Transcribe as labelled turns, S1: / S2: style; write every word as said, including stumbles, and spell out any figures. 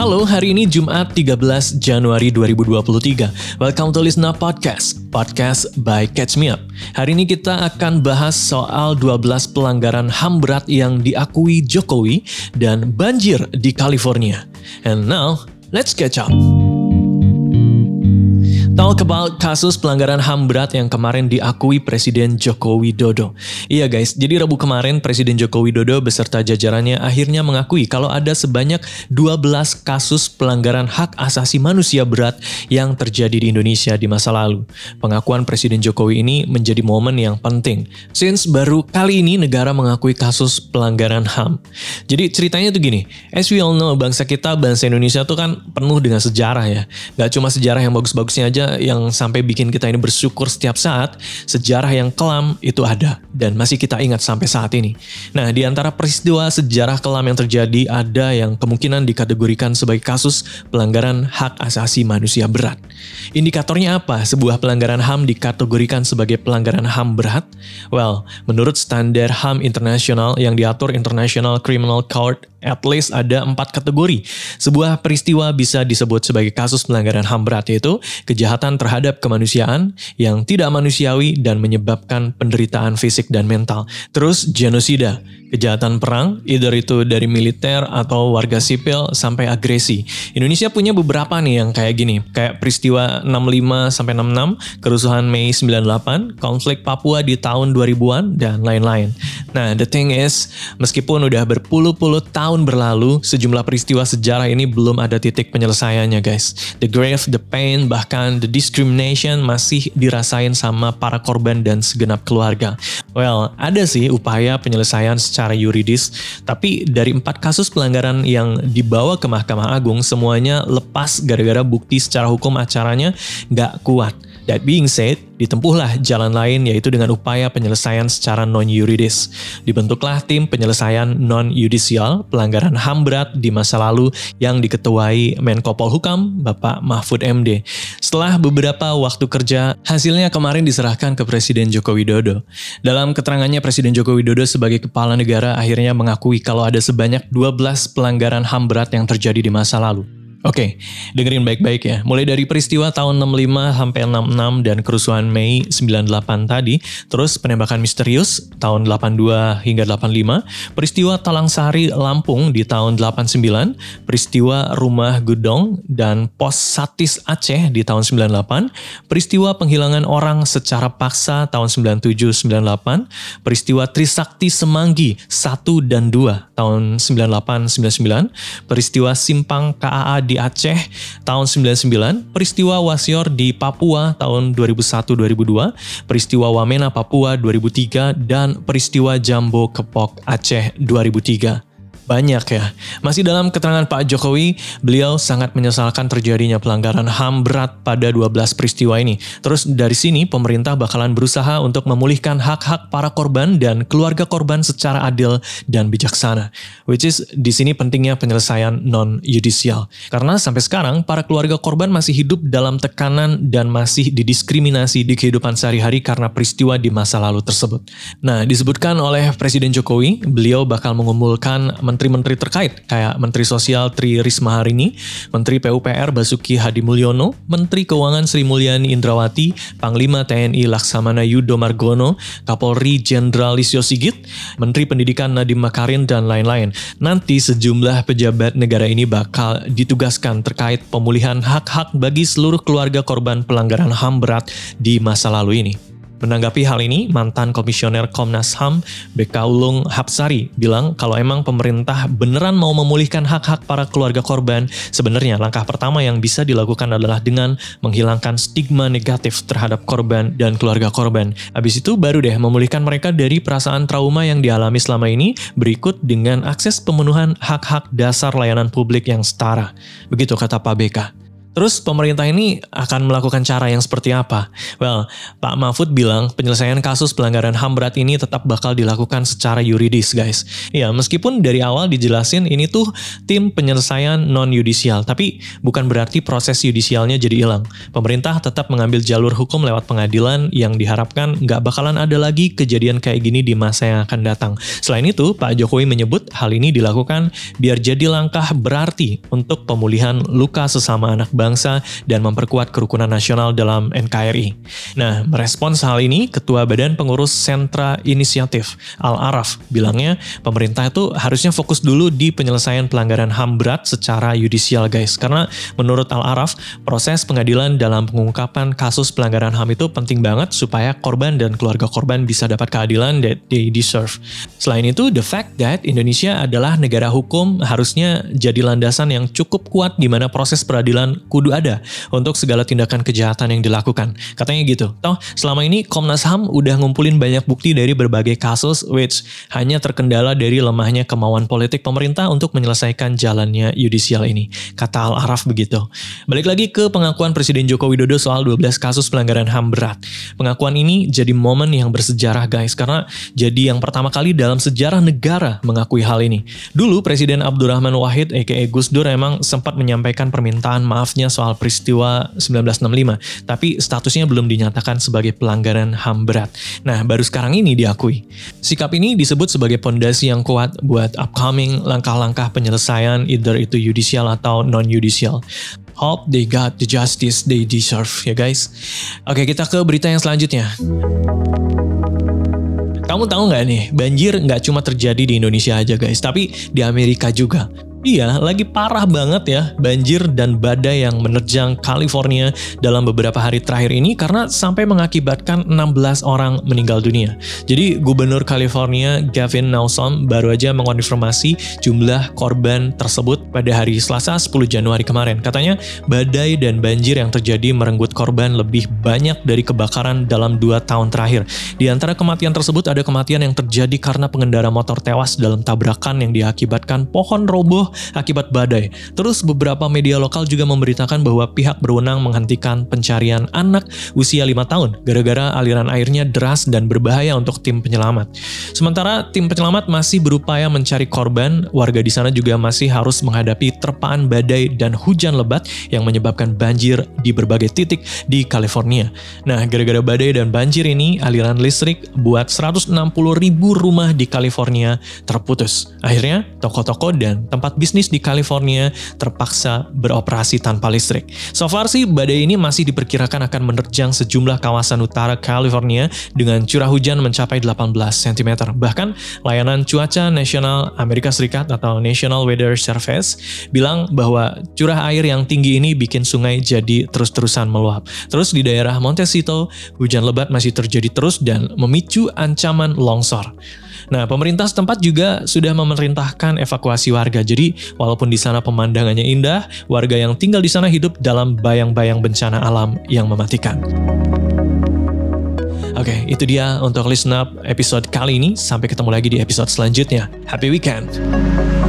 S1: Halo, hari ini Jumat tiga belas Januari dua ribu dua puluh tiga. Welcome to Lisna Podcast, podcast by Catch Me Up. Hari ini kita akan bahas soal dua belas pelanggaran H A M berat yang diakui Jokowi dan banjir di California. And now, let's catch up. Talk about kasus pelanggaran H A M berat yang kemarin diakui Presiden Joko Widodo. Iya guys, jadi Rabu kemarin Presiden Joko Widodo beserta jajarannya akhirnya mengakui kalau ada sebanyak dua belas kasus pelanggaran hak asasi manusia berat yang terjadi di Indonesia di masa lalu. Pengakuan Presiden Jokowi ini menjadi momen yang penting, since baru kali ini negara mengakui kasus pelanggaran H A M. Jadi ceritanya tuh gini, as we all know, bangsa kita, bangsa Indonesia tuh kan penuh dengan sejarah ya. Gak cuma sejarah yang bagus-bagusnya aja yang sampai bikin kita ini bersyukur setiap saat, sejarah yang kelam itu ada dan masih kita ingat sampai saat ini. Nah, di antara peristiwa sejarah kelam yang terjadi ada yang kemungkinan dikategorikan sebagai kasus pelanggaran hak asasi manusia berat. Indikatornya apa sebuah pelanggaran H A M dikategorikan sebagai pelanggaran H A M berat? Well, menurut standar H A M internasional yang diatur International Criminal Court, at least ada empat kategori. Sebuah peristiwa bisa disebut sebagai kasus pelanggaran H A M berat, yaitu kejahatan terhadap kemanusiaan yang tidak manusiawi dan menyebabkan penderitaan fisik dan mental. Terus genosida, kejahatan perang, either itu dari militer atau warga sipil sampai agresi. Indonesia punya beberapa nih yang kayak gini, kayak peristiwa enam puluh lima sampai enam puluh enam, kerusuhan Mei sembilan puluh delapan, konflik Papua di tahun dua ribuan, dan lain-lain. Nah, the thing is, meskipun udah berpuluh-puluh tahun berlalu, sejumlah peristiwa sejarah ini belum ada titik penyelesaiannya guys. The grief, the pain, bahkan the discrimination masih dirasain sama para korban dan segenap keluarga. Well, ada sih upaya penyelesaian secara yuridis, tapi dari empat kasus pelanggaran yang dibawa ke Mahkamah Agung, semuanya lepas gara-gara bukti secara hukum acaranya nggak kuat. That being said, ditempuhlah jalan lain, yaitu dengan upaya penyelesaian secara non-yuridis. Dibentuklah tim penyelesaian non-yudisial pelanggaran H A M berat di masa lalu yang diketuai Menko Polhukam, Bapak Mahfud M D. Setelah beberapa waktu kerja, hasilnya kemarin diserahkan ke Presiden Joko Widodo. Dalam keterangannya, Presiden Joko Widodo sebagai kepala negara akhirnya mengakui kalau ada sebanyak dua belas pelanggaran H A M berat yang terjadi di masa lalu. Oke, dengerin baik-baik ya. Mulai dari peristiwa tahun enam puluh lima sampai enam puluh enam dan kerusuhan Mei sembilan puluh delapan tadi, terus penembakan misterius tahun delapan puluh dua hingga delapan puluh lima, peristiwa Talang Sari Lampung di tahun delapan puluh sembilan, peristiwa Rumah Gedong dan Pos Satis Aceh di tahun sembilan puluh delapan, peristiwa penghilangan orang secara paksa tahun sembilan puluh tujuh sembilan puluh delapan, peristiwa Trisakti Semanggi satu dan dua tahun sembilan puluh delapan sembilan puluh sembilan, peristiwa Simpang K A A di Aceh tahun sembilan puluh sembilan, peristiwa Wasior di Papua tahun dua ribu satu dua ribu dua, peristiwa Wamena Papua dua ribu tiga, dan peristiwa Jambo Kepok Aceh dua ribu tiga. Banyak ya. Masih dalam keterangan Pak Jokowi, beliau sangat menyesalkan terjadinya pelanggaran H A M berat pada dua belas peristiwa ini. Terus dari sini pemerintah bakalan berusaha untuk memulihkan hak-hak para korban dan keluarga korban secara adil dan bijaksana. Which is di sini pentingnya penyelesaian non-yudisial. Karena sampai sekarang para keluarga korban masih hidup dalam tekanan dan masih didiskriminasi di kehidupan sehari-hari karena peristiwa di masa lalu tersebut. Nah, disebutkan oleh Presiden Jokowi, beliau bakal mengumpulkan menteri-menteri terkait kayak Menteri Sosial Tri Risma Harini, Menteri P U P R Basuki Hadi Mulyono, Menteri Keuangan Sri Mulyani Indrawati, Panglima T N I Laksamana Yudo Margono, Kapolri Jenderal Listio Sigit, Menteri Pendidikan Nadiem Makarim, dan lain-lain. Nanti sejumlah pejabat negara ini bakal ditugaskan terkait pemulihan hak-hak bagi seluruh keluarga korban pelanggaran H A M berat di masa lalu ini. Menanggapi hal ini, mantan Komisioner Komnas H A M B K Ulung Hapsari bilang kalau emang pemerintah beneran mau memulihkan hak-hak para keluarga korban, sebenarnya langkah pertama yang bisa dilakukan adalah dengan menghilangkan stigma negatif terhadap korban dan keluarga korban. Habis itu baru deh memulihkan mereka dari perasaan trauma yang dialami selama ini, berikut dengan akses pemenuhan hak-hak dasar layanan publik yang setara. Begitu kata Pak B K. Terus pemerintah ini akan melakukan cara yang seperti apa? Well, Pak Mahfud bilang penyelesaian kasus pelanggaran H A M berat ini tetap bakal dilakukan secara yuridis, guys. Ya, meskipun dari awal dijelasin ini tuh tim penyelesaian non-yudisial, tapi bukan berarti proses yudisialnya jadi hilang. Pemerintah tetap mengambil jalur hukum lewat pengadilan yang diharapkan nggak bakalan ada lagi kejadian kayak gini di masa yang akan datang. Selain itu, Pak Jokowi menyebut hal ini dilakukan biar jadi langkah berarti untuk pemulihan luka sesama anak bangsa dan memperkuat kerukunan nasional dalam N K R I. Nah, merespons hal ini, Ketua Badan Pengurus Sentra Inisiatif Al-Araf bilangnya pemerintah itu harusnya fokus dulu di penyelesaian pelanggaran H A M berat secara yudisial, guys. Karena menurut Al-Araf, proses pengadilan dalam pengungkapan kasus pelanggaran H A M itu penting banget supaya korban dan keluarga korban bisa dapat keadilan that they deserve. Selain itu, the fact that Indonesia adalah negara hukum harusnya jadi landasan yang cukup kuat di mana proses peradilan kudu ada untuk segala tindakan kejahatan yang dilakukan. Katanya gitu. Toh, selama ini Komnas H A M udah ngumpulin banyak bukti dari berbagai kasus which hanya terkendala dari lemahnya kemauan politik pemerintah untuk menyelesaikan jalannya yudisial ini. Kata Al-Araf begitu. Balik lagi ke pengakuan Presiden Joko Widodo soal dua belas kasus pelanggaran H A M berat. Pengakuan ini jadi momen yang bersejarah, guys, karena jadi yang pertama kali dalam sejarah negara mengakui hal ini. Dulu Presiden Abdurrahman Wahid aka Gus Dur emang sempat menyampaikan permintaan maafnya soal peristiwa seribu sembilan ratus enam puluh lima, tapi statusnya belum dinyatakan sebagai pelanggaran H A M berat. Nah, baru sekarang ini diakui. Sikap ini disebut sebagai pondasi yang kuat buat upcoming langkah-langkah penyelesaian either itu yudisial atau non-yudisial. Hope they got the justice they deserve, ya guys. Oke, kita ke berita yang selanjutnya. Kamu tahu nggak nih, banjir nggak cuma terjadi di Indonesia aja, guys, tapi di Amerika juga. Iya, lagi parah banget ya banjir dan badai yang menerjang California dalam beberapa hari terakhir ini karena sampai mengakibatkan enam belas orang meninggal dunia. Jadi Gubernur California Gavin Newsom baru aja mengonfirmasi jumlah korban tersebut pada hari Selasa sepuluh Januari kemarin. Katanya badai dan banjir yang terjadi merenggut korban lebih banyak dari kebakaran dalam dua tahun terakhir. Di antara kematian tersebut ada kematian yang terjadi karena pengendara motor tewas dalam tabrakan yang diakibatkan pohon roboh akibat badai. Terus beberapa media lokal juga memberitakan bahwa pihak berwenang menghentikan pencarian anak usia lima tahun gara-gara aliran airnya deras dan berbahaya untuk tim penyelamat. Sementara tim penyelamat masih berupaya mencari korban, warga di sana juga masih harus menghadapi terpaan badai dan hujan lebat yang menyebabkan banjir di berbagai titik di California. Nah, gara-gara badai dan banjir ini, aliran listrik buat seratus enam puluh ribu rumah di California terputus. Akhirnya, toko-toko dan tempat bisnis di California terpaksa beroperasi tanpa listrik. So far sih, badai ini masih diperkirakan akan menerjang sejumlah kawasan utara California dengan curah hujan mencapai delapan belas sentimeter. Bahkan, layanan cuaca nasional Amerika Serikat atau National Weather Service bilang bahwa curah air yang tinggi ini bikin sungai jadi terus-terusan meluap. Terus di daerah Montecito, hujan lebat masih terjadi terus dan memicu ancaman longsor. Nah, pemerintah setempat juga sudah memerintahkan evakuasi warga. Jadi, walaupun di sana pemandangannya indah, warga yang tinggal di sana hidup dalam bayang-bayang bencana alam yang mematikan. Oke, itu dia untuk Listen Up episode kali ini. Sampai ketemu lagi di episode selanjutnya. Happy weekend!